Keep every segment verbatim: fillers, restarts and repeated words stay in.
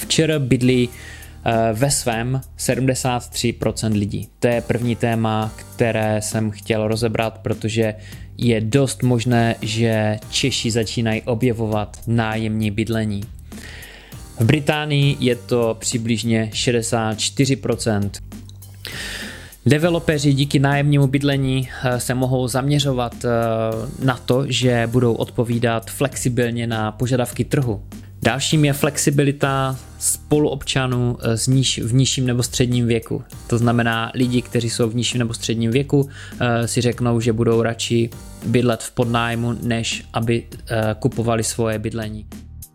V ČR bydlí ve svém sedmdesát tři procent lidí. To je první téma, které jsem chtěl rozebrat, protože je dost možné, že Češi začínají objevovat nájemní bydlení. V Británii je to přibližně šedesát čtyři procent. Developeři díky nájemnímu bydlení se mohou zaměřovat na to, že budou odpovídat flexibilně na požadavky trhu. Dalším je flexibilita spoluobčanů z níž, v nižším nebo středním věku. To znamená, lidi, kteří jsou v nižším nebo středním věku, si řeknou, že budou radši bydlet v podnájmu, než aby kupovali svoje bydlení.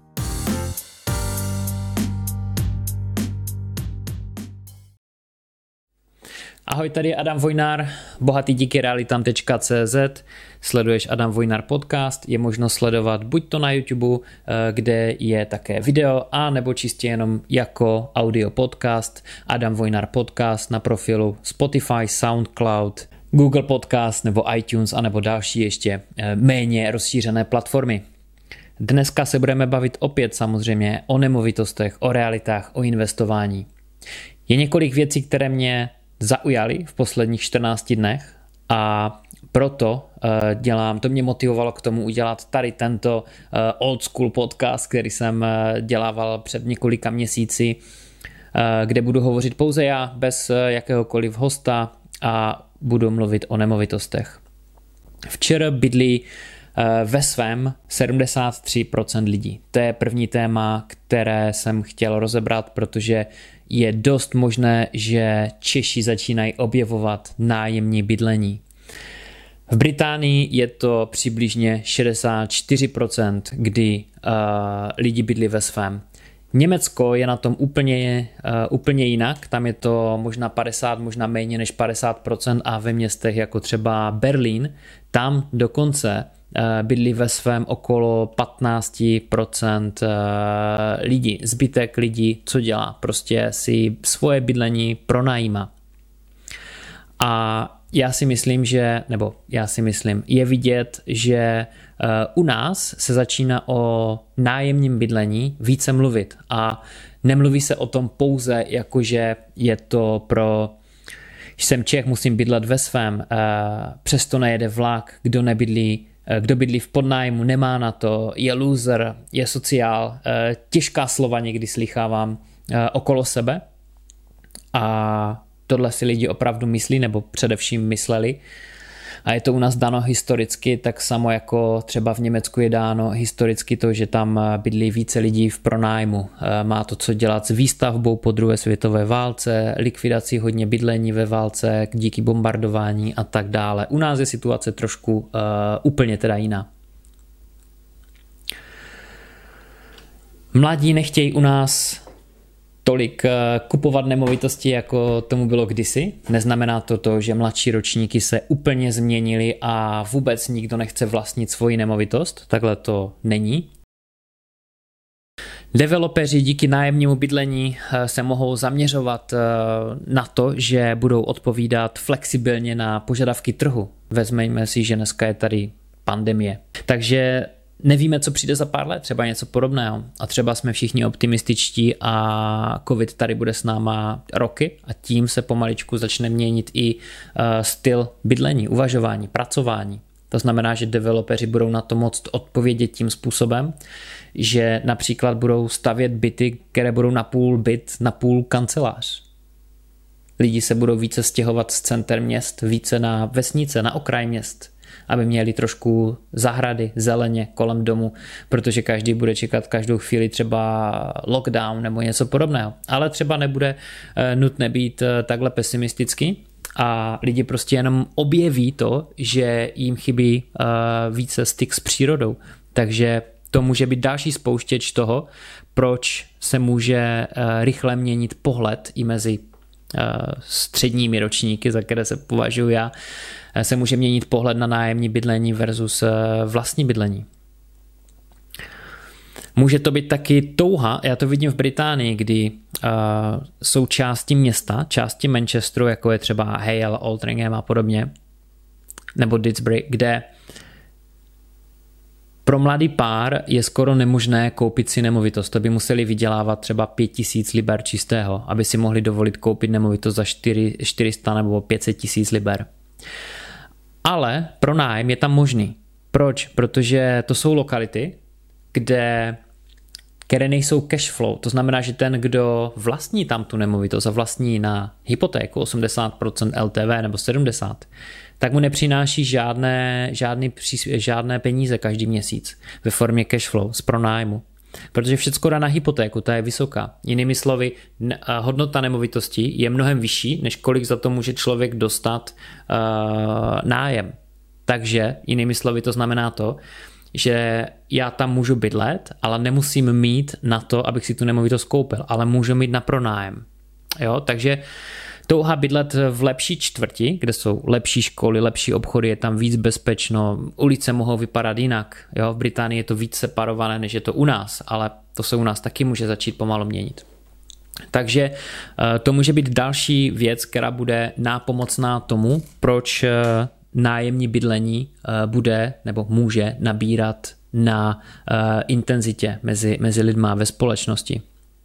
Ahoj, tady je Adam Vojnár, bohatý díky realitám tečka cé zet. Sleduješ Adam Vojnár podcast, je možno sledovat buď to na YouTube, kde je také video, a nebo čistě jenom jako audio podcast. Adam Vojnár podcast na profilu Spotify, SoundCloud, Google Podcast nebo iTunes, a nebo další ještě méně rozšířené platformy. Dneska se budeme bavit opět samozřejmě o nemovitostech, o realitách, o investování. Je několik věcí, které mě zaujali v posledních čtrnácti dnech, a proto dělám, to mě motivovalo k tomu udělat tady tento old school podcast, který jsem dělával před několika měsíci, kde budu hovořit pouze já, bez jakéhokoliv hosta, a budu mluvit o nemovitostech. V ČR bydlí ve svém sedmdesát tři procent lidí. To je první téma, které jsem chtěl rozebrat, protože je dost možné, že Češi začínají objevovat nájemní bydlení. V Británii je to přibližně šedesát čtyři procent, kdy uh, lidi bydlí ve svém. Německo je na tom úplně, uh, úplně jinak, tam je to možná padesát, možná méně než padesát procent, a ve městech jako třeba Berlín, tam dokonce bydlí ve svém okolo patnáct procent lidí. Zbytek lidí, co dělá? Prostě si svoje bydlení pronajímá. A já si myslím, že, nebo já si myslím, je vidět, že u nás se začíná o nájemním bydlení více mluvit, a nemluví se o tom pouze jakože je to pro jsem Čech, musím bydlet ve svém, přesto nejede vlak, kdo nebydlí Kdo bydlí v podnájmu, nemá na to, je loser, je sociál, těžká slova někdy slychávám okolo sebe, a tohle si lidi opravdu myslí, nebo především mysleli, a je to u nás dáno historicky, tak samo jako třeba v Německu je dáno historicky to, že tam bydlí více lidí v pronájmu. Má to co dělat s výstavbou po druhé světové válce, likvidací hodně bydlení ve válce díky bombardování a tak dále. U nás je situace trošku uh, úplně teda jiná. Mladí nechtějí u nás tolik kupovat nemovitosti, jako tomu bylo kdysi. Neznamená to to, že mladší ročníky se úplně změnily a vůbec nikdo nechce vlastnit svoji nemovitost. Takhle to není. Developeři díky nájemnímu bydlení se mohou zaměřovat na to, že budou odpovídat flexibilně na požadavky trhu. Vezměme si, že dneska je tady pandemie. Takže nevíme, co přijde za pár let, třeba něco podobného. A třeba jsme všichni optimističtí a covid tady bude s náma roky, a tím se pomaličku začne měnit i uh, styl bydlení, uvažování, pracování. To znamená, že developeři budou na to moct odpovědět tím způsobem, že například budou stavět byty, které budou na půl byt, na půl kancelář. Lidi se budou více stěhovat z center měst, více na vesnice, na okraj měst, aby měli trošku zahrady, zeleně kolem domu, protože každý bude čekat každou chvíli třeba lockdown nebo něco podobného. Ale třeba nebude nutné být takhle pesimistický, a lidi prostě jenom objeví to, že jim chybí více styk s přírodou. Takže to může být další spouštěč toho, proč se může rychle měnit pohled i mezi středními ročníky, za které se považuji já, se může měnit pohled na nájemní bydlení versus vlastní bydlení. Může to být taky touha, já to vidím v Británii, kdy uh, jsou části města, části Manchesteru, jako je třeba Hale, Altrincham a podobně, nebo Didsbury, kde Pro mladý pár je skoro nemožné koupit si nemovitost. To by museli vydělávat třeba pět tisíc liber čistého, aby si mohli dovolit koupit nemovitost za čtyři sta nebo pět set tisíc liber. Ale pro nájem je tam možný. Proč? Protože to jsou lokality, kde, které nejsou cash flow. To znamená, že ten, kdo vlastní tam tu nemovitost a vlastní na hypotéku osmdesát procent L T V nebo sedmdesát procent, tak mu nepřináší žádné, žádný, žádné peníze každý měsíc ve formě cash flow z pronájmu. Protože všecko dá na hypotéku, ta je vysoká. Jinými slovy, hodnota nemovitosti je mnohem vyšší, než kolik za to může člověk dostat uh, nájem. Takže, jinými slovy, to znamená to, že já tam můžu bydlet, ale nemusím mít na to, abych si tu nemovitost koupil, ale můžu mít na pronájem. Jo? Takže touha bydlet v lepší čtvrti, kde jsou lepší školy, lepší obchody, je tam víc bezpečno, ulice mohou vypadat jinak. Jo? V Británii je to víc separované, než je to u nás, ale to se u nás taky může začít pomalu měnit. Takže to může být další věc, která bude nápomocná tomu, proč nájemní bydlení bude nebo může nabírat na intenzitě mezi, mezi lidma ve společnosti.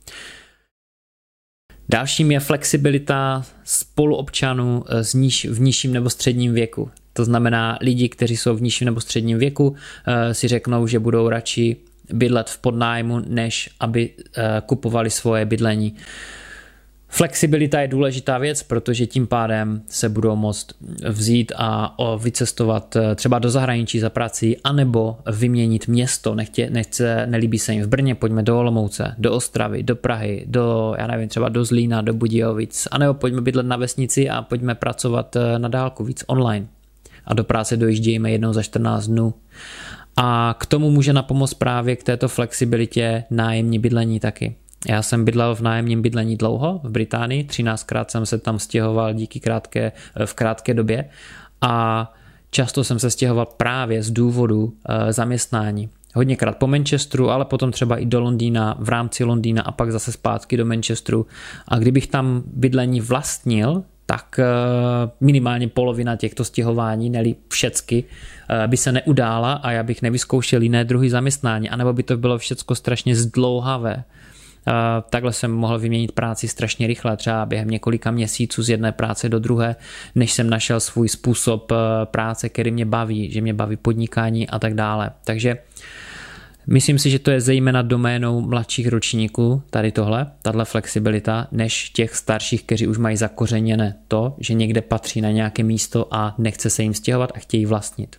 Dalším je flexibilita spoluobčanů z níž, v nižším nebo středním věku. To znamená, lidi, kteří jsou v nižším nebo středním věku, si řeknou, že budou radši bydlet v podnájmu, než aby kupovali svoje bydlení. Flexibilita je důležitá věc, protože tím pádem se budou moct vzít a vycestovat třeba do zahraničí za prací, anebo vyměnit město. Nechtě, nechce, nelíbí se jim v Brně, pojďme do Olomouce, do Ostravy, do Prahy, do, já nevím, třeba do Zlína, do Budějovic, anebo pojďme bydlet na vesnici a pojďme pracovat na dálku, víc online. A do práce dojíždějme jednou za čtrnáct dnů. A k tomu může napomoct právě k této flexibilitě nájemní bydlení taky. Já jsem bydlel v nájemním bydlení dlouho v Británii, třináctkrát jsem se tam stěhoval díky krátké, v krátké době a často jsem se stěhoval právě z důvodu zaměstnání. Hodněkrát po Manchesteru, ale potom třeba i do Londýna, v rámci Londýna a pak zase zpátky do Manchesteru. A kdybych tam bydlení vlastnil, tak minimálně polovina těchto stěhování, neli všecky, by se neudála a já bych nevyzkoušel jiné druhy zaměstnání, anebo by to bylo všecko strašně zdlouhavé. Takhle jsem mohl vyměnit práci strašně rychle, třeba během několika měsíců z jedné práce do druhé, než jsem našel svůj způsob práce, který mě baví, že mě baví podnikání a tak dále. Takže myslím si, že to je zejména doménou mladších ročníků, tady tohle, tahle flexibilita, než těch starších, kteří už mají zakořeněné to, že někde patří na nějaké místo a nechce se jim stěhovat a chtějí vlastnit.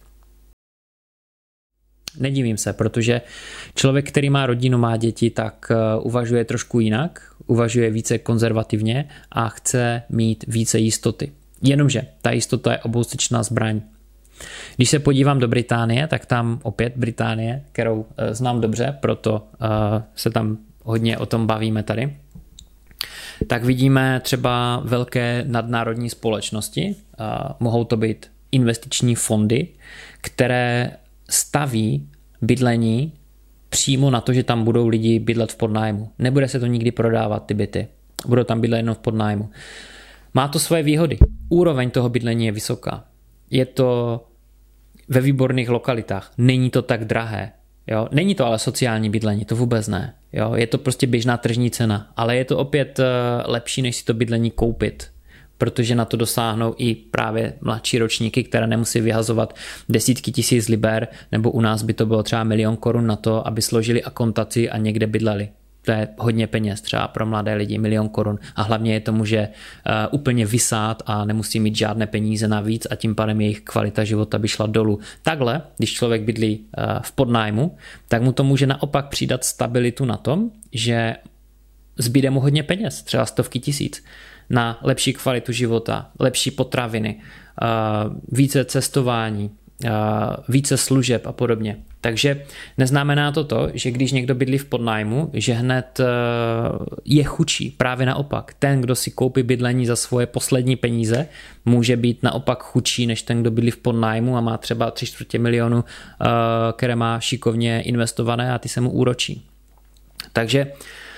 Nedivím se, protože člověk, který má rodinu, má děti, tak uvažuje trošku jinak, uvažuje více konzervativně a chce mít více jistoty. Jenomže ta jistota je oboustečná zbraň. Když se podívám do Británie, tak tam opět Británie, kterou znám dobře, proto se tam hodně o tom bavíme tady, tak vidíme třeba velké nadnárodní společnosti, mohou to být investiční fondy, které staví bydlení přímo na to, že tam budou lidi bydlet v podnájmu. Nebude se to nikdy prodávat, ty byty. Budou tam bydlet jenom v podnájmu. Má to svoje výhody. Úroveň toho bydlení je vysoká. Je to ve výborných lokalitách. Není to tak drahé. Jo? Není to ale sociální bydlení, to vůbec ne. Jo? Je to prostě běžná tržní cena. Ale je to opět lepší, než si to bydlení koupit. Protože na to dosáhnou i právě mladší ročníky, které nemusí vyhazovat desítky tisíc liber, nebo u nás by to bylo třeba milion korun na to, aby složili akontaci a někde bydleli. To je hodně peněz třeba pro mladé lidi, milion korun a hlavně je to může uh, úplně vysát a nemusí mít žádné peníze navíc a tím pádem jejich kvalita života by šla dolů. Takhle, když člověk bydlí uh, v podnájmu, tak mu to může naopak přidat stabilitu na tom, že zbyde mu hodně peněz, třeba stovky tisíc, na lepší kvalitu života, lepší potraviny, více cestování, více služeb a podobně. Takže neznamená to to, že když někdo bydlí v podnájmu, že hned je chudší. Právě naopak. Ten, kdo si koupí bydlení za svoje poslední peníze, může být naopak chudší než ten, kdo bydlí v podnájmu a má třeba tři čtvrtě milionu, které má šikovně investované a ty se mu úročí. Takže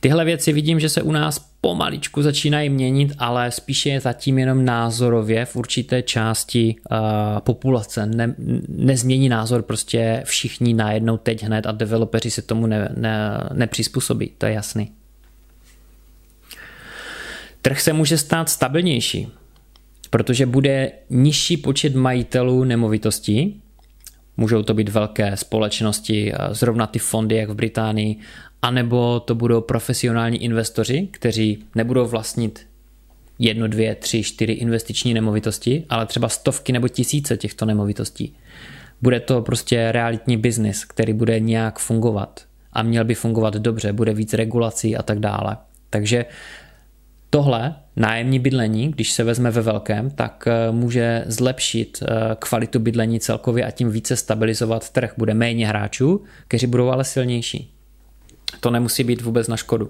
Tyhle věci vidím, že se u nás pomaličku začínají měnit, ale spíše je zatím jenom názorově v určité části uh, populace. Ne, nezmění názor prostě všichni najednou teď hned a developeři se tomu ne, ne, nepřizpůsobí, to je jasný. Trh se může stát stabilnější, protože bude nižší počet majitelů nemovitostí. Můžou to být velké společnosti, zrovna ty fondy, jak v Británii, anebo to budou profesionální investoři, kteří nebudou vlastnit jedno, dvě, tři, čtyři investiční nemovitosti, ale třeba stovky nebo tisíce těchto nemovitostí. Bude to prostě realitní biznis, který bude nějak fungovat a měl by fungovat dobře, bude víc regulací a tak dále. Takže tohle nájemní bydlení, když se vezme ve velkém, tak může zlepšit kvalitu bydlení celkově a tím více stabilizovat trh. Bude méně hráčů, kteří budou ale silnější. To nemusí být vůbec na škodu.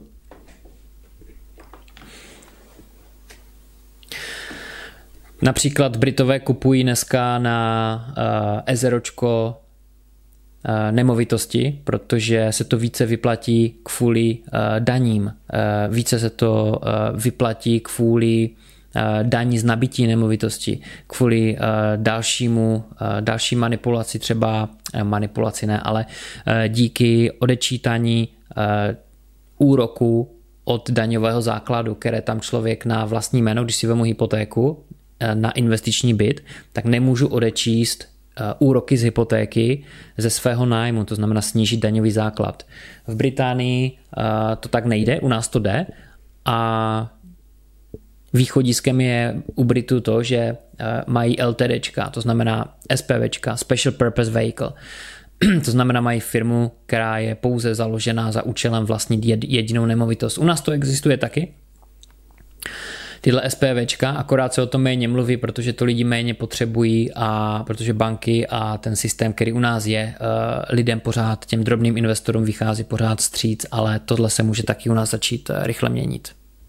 Například Britové kupují dneska na uh, ezeročko uh, nemovitosti, protože se to více vyplatí kvůli uh, daním. Uh, více se to uh, vyplatí kvůli uh, daní z nabití nemovitosti, kvůli uh, dalšímu, uh, další manipulaci, třeba uh, manipulaci ne, ale uh, díky odečítání uh, úroku od daňového základu, které tam člověk na vlastní jméno, když si vemu hypotéku na investiční byt, tak nemůžu odečíst úroky z hypotéky ze svého nájmu, to znamená snížit daňový základ. V Británii to tak nejde, u nás to jde a východiskem je u Britů to, že mají LTDčka, to znamená SPVčka, Special Purpose Vehicle. To znamená, mají firmu, která je pouze založená za účelem vlastnit jedinou nemovitost. U nás to existuje taky. Tyhle SPVčka, akorát se o tom méně mluví, protože to lidi méně potřebují a protože banky a ten systém, který u nás je, lidem pořád, těm drobným investorům vychází pořád vstříc, ale tohle se může taky u nás začít rychle měnit.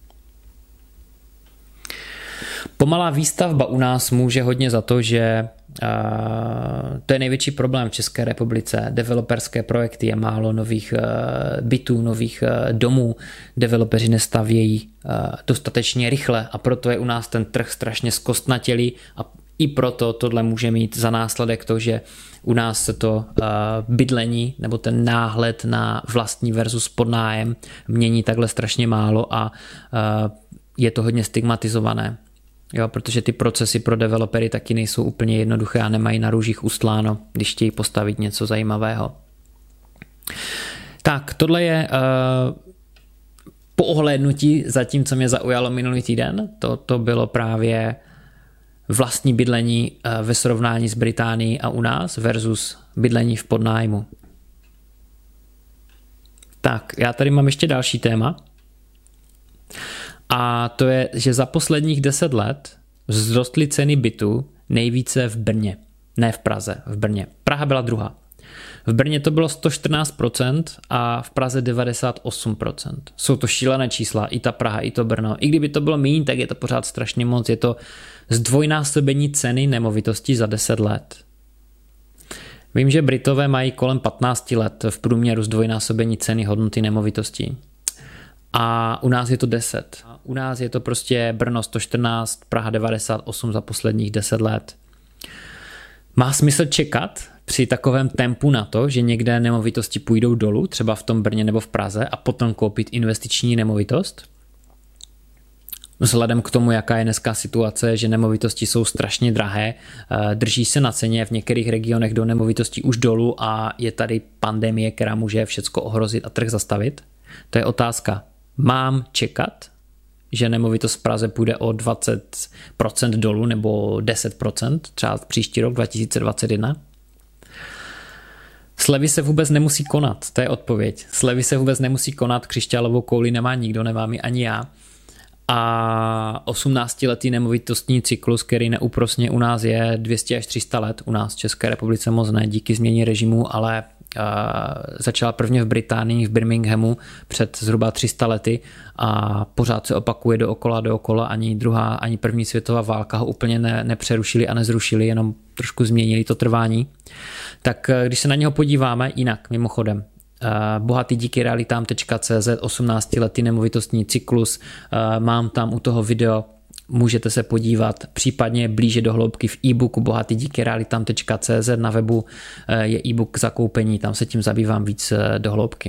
Pomalá výstavba u nás může hodně za to, že uh, to je největší problém v České republice. Developerské projekty, je málo nových uh, bytů, nových uh, domů. Developeři nestavějí uh, dostatečně rychle a proto je u nás ten trh strašně zkostnatělý a i proto tohle může mít za následek to, že u nás se to uh, bydlení nebo ten náhled na vlastní versus podnájem mění takhle strašně málo a uh, je to hodně stigmatizované. Jo, protože ty procesy pro developery taky nejsou úplně jednoduché a nemají na růžích ustláno, když chtějí postavit něco zajímavého. Tak, tohle je uh, po ohlédnutí za tím, co mě zaujalo minulý týden. To, to bylo právě vlastní bydlení uh, ve srovnání s Británií a u nás versus bydlení v podnájmu. Tak, já tady mám ještě další téma. A to je, že za posledních deset let vzrostly ceny bytu nejvíce v Brně. Ne v Praze, v Brně. Praha byla druhá. V Brně to bylo sto čtrnáct procent a v Praze devadesát osm procent. Jsou to šílené čísla, i ta Praha, i to Brno. I kdyby to bylo míň, tak je to pořád strašně moc. Je to zdvojnásobení ceny nemovitosti za deset let. Vím, že Britové mají kolem patnáct let v průměru zdvojnásobení ceny hodnoty nemovitostí. A u nás je to deset. U nás je to prostě Brno sto čtrnáct, Praha devadesát osm za posledních deset let. Má smysl čekat při takovém tempu na to, že někde nemovitosti půjdou dolů, třeba v tom Brně nebo v Praze, a potom koupit investiční nemovitost? Vzhledem k tomu, jaká je dneska situace, že nemovitosti jsou strašně drahé, drží se na ceně, v některých regionech jdou nemovitosti už dolů a je tady pandemie, která může všecko ohrozit a trh zastavit? To je otázka. Mám čekat, že nemovitost v Praze půjde o dvacet procent dolů nebo deset procent třeba příští rok dva tisíce dvacet jedna? Slevy se vůbec nemusí konat, to je odpověď. Slevy se vůbec nemusí konat, křišťálovou kouli nemá nikdo, nemám ji ani já. A osmnáctiletý nemovitostní cyklus, který neúprosně u nás je dvě stě až tři sta let, u nás v České republice moc ne, díky změně režimu, ale začala prvně v Británii, v Birminghamu před zhruba tři sta lety a pořád se opakuje dookola, dookola, ani druhá, ani první světová válka ho úplně ne, nepřerušili a nezrušili, jenom trošku změnili to trvání. Tak když se na něho podíváme jinak, mimochodem, bohatý díky realitám tečka cé zet, osmnáctiletý nemovitostní cyklus, mám tam u toho video, můžete se podívat, případně blíže do hloubky v e-booku bohatý díky realitám tečka cé zet, na webu je e-book k zakoupení, tam se tím zabývám víc do hloubky.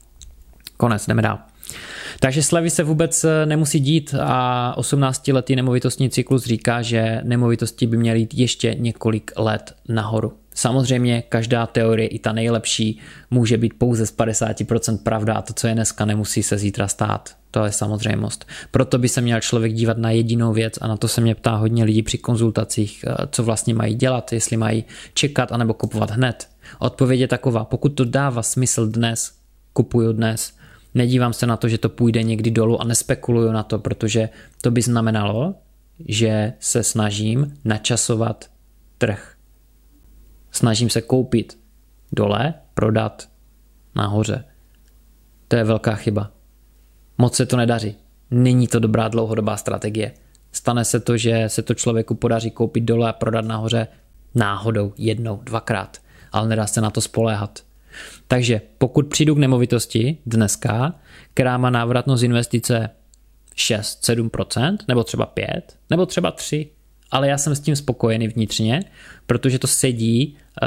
Konec, jdeme dál. Takže slevy se vůbec nemusí dít a osmnáctiletý nemovitostní cyklus říká, že nemovitosti by měly jít ještě několik let nahoru. Samozřejmě každá teorie, i ta nejlepší, může být pouze z padesát procent pravda a to, co je dneska, nemusí se zítra stát. To je samozřejmost. Proto by se měl člověk dívat na jedinou věc a na to se mě ptá hodně lidí při konzultacích, co vlastně mají dělat, jestli mají čekat anebo kupovat hned. Odpověď je taková, pokud to dává smysl dnes, kupuju dnes. Nedívám se na to, že to půjde někdy dolů a nespekuluju na to, protože to by znamenalo, že se snažím načasovat trh. Snažím se koupit dole, prodat nahoře. To je velká chyba. Moc se to nedaří. Není to dobrá dlouhodobá strategie. Stane se to, že se to člověku podaří koupit dole a prodat nahoře náhodou jednou, dvakrát, ale nedá se na to spoléhat. Takže pokud přijdu k nemovitosti dneska, která má návratnost investice šest sedm procent, nebo třeba pět, nebo třeba tři, ale já jsem s tím spokojený vnitřně, protože to sedí uh,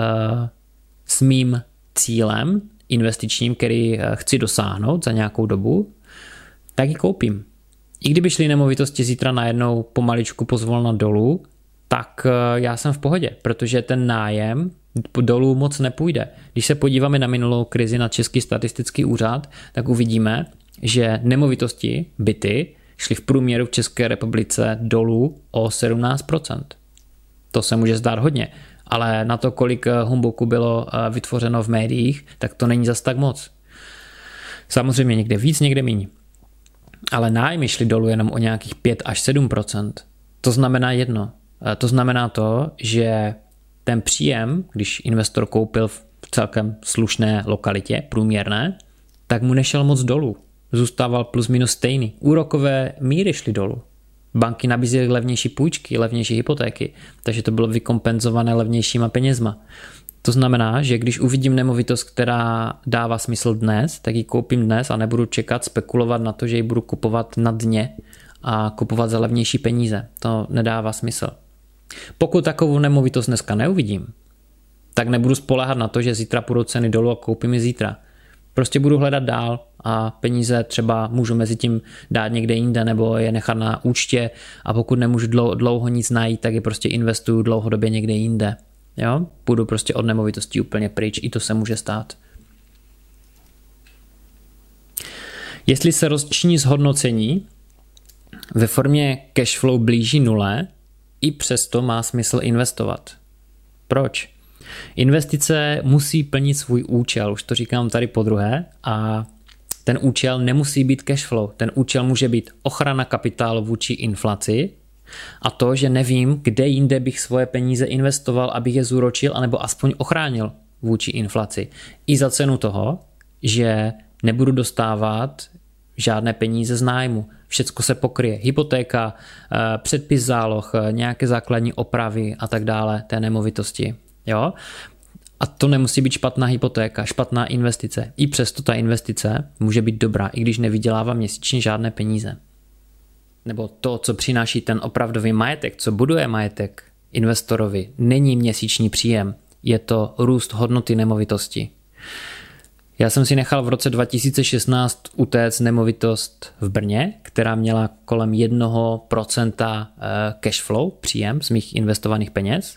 s mým cílem investičním, který chci dosáhnout za nějakou dobu, tak ji koupím. I kdyby šly nemovitosti zítra najednou pomaličku pozvolna dolů, tak uh, já jsem v pohodě, protože ten nájem dolů moc nepůjde. Když se podíváme na minulou krizi na Český statistický úřad, tak uvidíme, že nemovitosti, byty, šly v průměru v České republice dolů o sedmnáct procent. To se může zdát hodně, ale na to, kolik humbuku bylo vytvořeno v médiích, tak to není zas tak moc. Samozřejmě někde víc, někde méně. Ale nájmy šly dolů jenom o nějakých pět až sedm procent. To znamená jedno. To znamená to, že ten příjem, když investor koupil v celkem slušné lokalitě, průměrné, tak mu nešel moc dolů. Zůstával plus minus stejný. Úrokové míry šly dolů. Banky nabízely levnější půjčky, levnější hypotéky, takže to bylo vykompenzované levnějšíma penězma. To znamená, že když uvidím nemovitost, která dává smysl dnes, tak ji koupím dnes a nebudu čekat, spekulovat na to, že ji budu kupovat na dně a kupovat za levnější peníze. To nedává smysl. Pokud takovou nemovitost dneska neuvidím, tak nebudu spoléhat na to, že zítra půjdou ceny dolů a koupím ji zítra. Prostě budu hledat dál a peníze třeba můžu mezi tím dát někde jinde nebo je nechat na účtě a pokud nemůžu dlouho nic najít, tak je prostě investuju dlouhodobě někde jinde. Jo? Půjdu prostě od nemovitostí úplně pryč, i to se může stát. Jestli se roční zhodnocení ve formě cashflow blíží nule, i přesto má smysl investovat. Proč? Investice musí plnit svůj účel, už to říkám tady podruhé, a ten účel nemusí být cashflow. Ten účel může být ochrana kapitálu vůči inflaci a to, že nevím, kde jinde bych svoje peníze investoval, abych je zúročil anebo aspoň ochránil vůči inflaci. I za cenu toho, že nebudu dostávat žádné peníze z nájmu. Všecko se pokryje. Hypotéka, předpis záloh, nějaké základní opravy a tak dále té nemovitosti. Jo? A to nemusí být špatná hypotéka, špatná investice. I přesto ta investice může být dobrá, i když nevydělává měsíčně žádné peníze. Nebo to, co přináší ten opravdový majetek, co buduje majetek investorovi, není měsíční příjem. Je to růst hodnoty nemovitosti. Já jsem si nechal v roce dva tisíce šestnáct utéct nemovitost v Brně, která měla kolem jednoho procenta cashflow, příjem z mých investovaných peněz.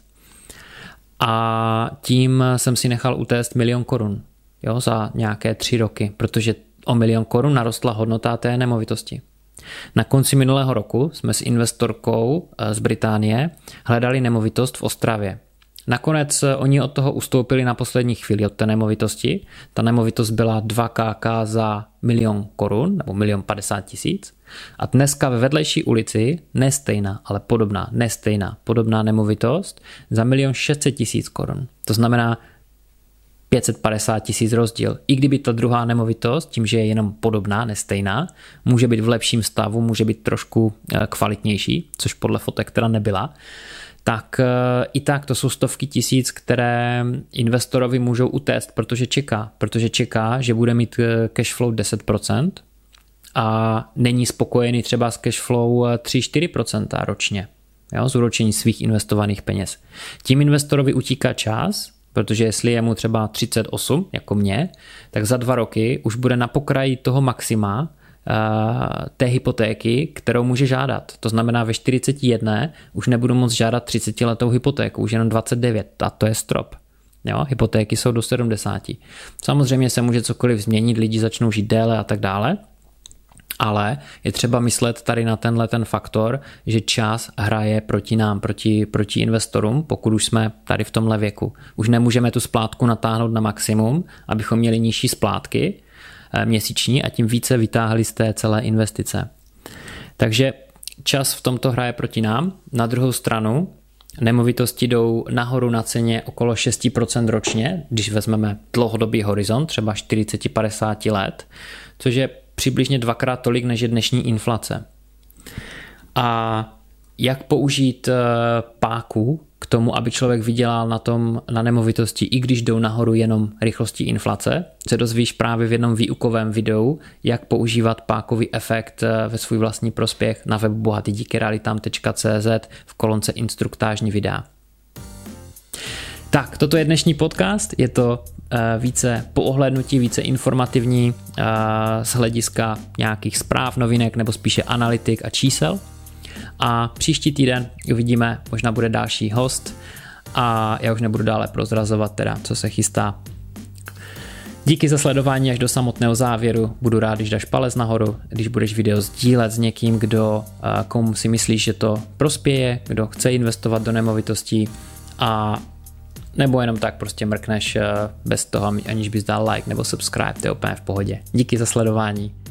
A tím jsem si nechal utéct milion korun, jo, za nějaké tři roky, protože o milion korun narostla hodnota té nemovitosti. Na konci minulého roku jsme s investorkou z Británie hledali nemovitost v Ostravě. Nakonec oni od toho ustoupili na poslední chvíli od té nemovitosti. Ta nemovitost byla dva ká za milion korun, nebo milion padesát tisíc. A dneska ve vedlejší ulici, ne stejná, ale podobná, ne stejná, podobná nemovitost za milion šest set tisíc korun. To znamená pět set padesát tisíc rozdíl. I kdyby ta druhá nemovitost, tím, že je jenom podobná, nestejná, může být v lepším stavu, může být trošku kvalitnější, což podle fotek teda nebyla, tak i tak to jsou stovky tisíc, které investorovi můžou utéct, protože čeká, protože čeká, že bude mít cash flow deset procent a není spokojený třeba s cash flow tři až čtyři procenta ročně, jo, z úročení svých investovaných peněz. Tím investorovi utíká čas, protože jestli je mu třeba třicet osm, jako mě, tak za dva roky už bude na pokraji toho maxima té hypotéky, kterou může žádat. To znamená, ve čtyřiceti jedné už nebudu moct žádat třicetiletou hypotéku, už jenom dvacet devět a to je strop. Jo? Hypotéky jsou do sedmdesáti. Samozřejmě se může cokoliv změnit, lidi začnou žít déle a tak dále, ale je třeba myslet tady na tenhle ten faktor, že čas hraje proti nám, proti, proti investorům, pokud už jsme tady v tomhle věku. Už nemůžeme tu splátku natáhnout na maximum, abychom měli nižší splátky měsíční a tím více vytáhli z té celé investice. Takže čas v tomto hraje proti nám. Na druhou stranu nemovitosti jdou nahoru na ceně okolo šest procent ročně, když vezmeme dlouhodobý horizont, třeba čtyřicet až padesát let, což je přibližně dvakrát tolik, než je dnešní inflace. A jak použít páku k tomu, aby člověk vydělal na tom, na nemovitosti, i když jdou nahoru jenom rychlostí inflace, se dozvíš právě v jednom výukovém videu, jak používat pákový efekt ve svůj vlastní prospěch na webu bohatý díky realitám tečka cé zet v kolonce instruktážní videa. Tak, toto je dnešní podcast, je to více poohlédnutí, více informativní z hlediska nějakých zpráv, novinek nebo spíše analytik a čísel. A příští týden uvidíme, možná bude další host a já už nebudu dále prozrazovat teda, co se chystá. Díky za sledování až do samotného závěru, budu rád, když dáš palec nahoru, když budeš video sdílet s někým, kdo, komu si myslíš, že to prospěje, kdo chce investovat do nemovitostí a nebo jenom tak prostě mrkneš bez toho, aniž bys dal like nebo subscribe, to je úplně v pohodě. Díky za sledování.